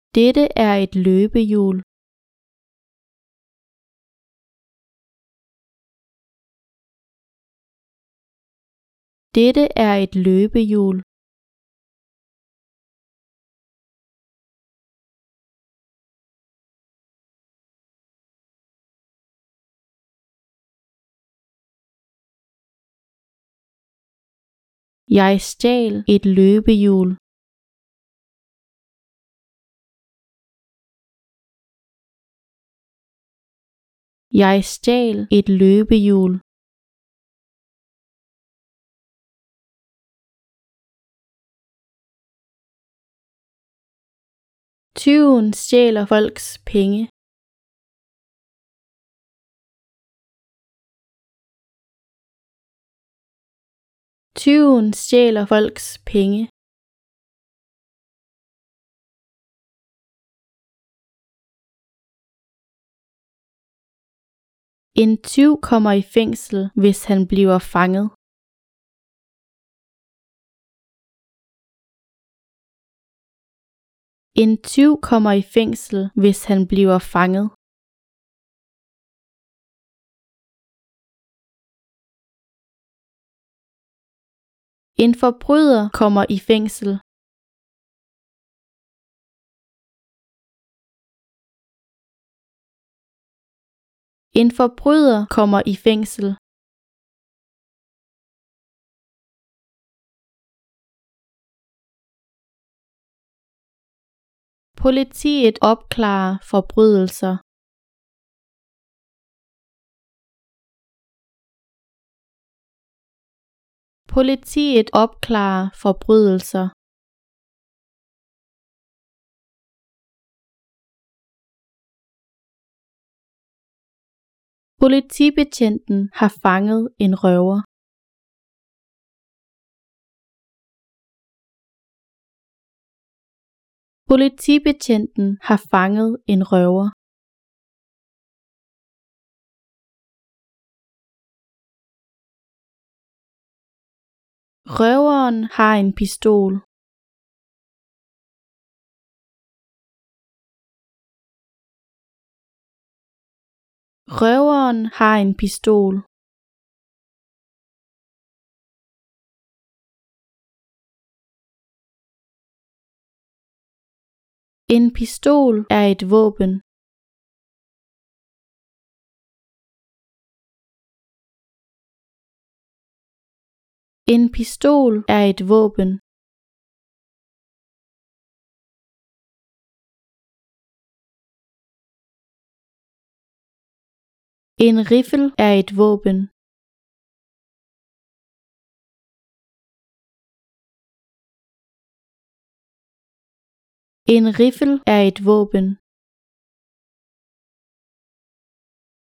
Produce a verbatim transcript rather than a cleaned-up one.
Dette er et løbehjul. Dette er et løbehjul. Jeg stjal et løbehjul. Jeg stjal et løbehjul. Tyven stjæler folks penge. Tyven stjæler folks penge. En tyv kommer i fængsel, hvis han bliver fanget. En tyv kommer i fængsel, hvis han bliver fanget. En forbryder kommer i fængsel. En forbryder kommer i fængsel. Politiet opklarer forbrydelser. Politiet opklarer forbrydelser. Politibetjenten har fanget en røver. Politibetjenten har fanget en røver. Røveren har en pistol. Røveren har en pistol. En pistol er et våben. En pistol er et våben. En riffel er et våben. En riffel er et våben.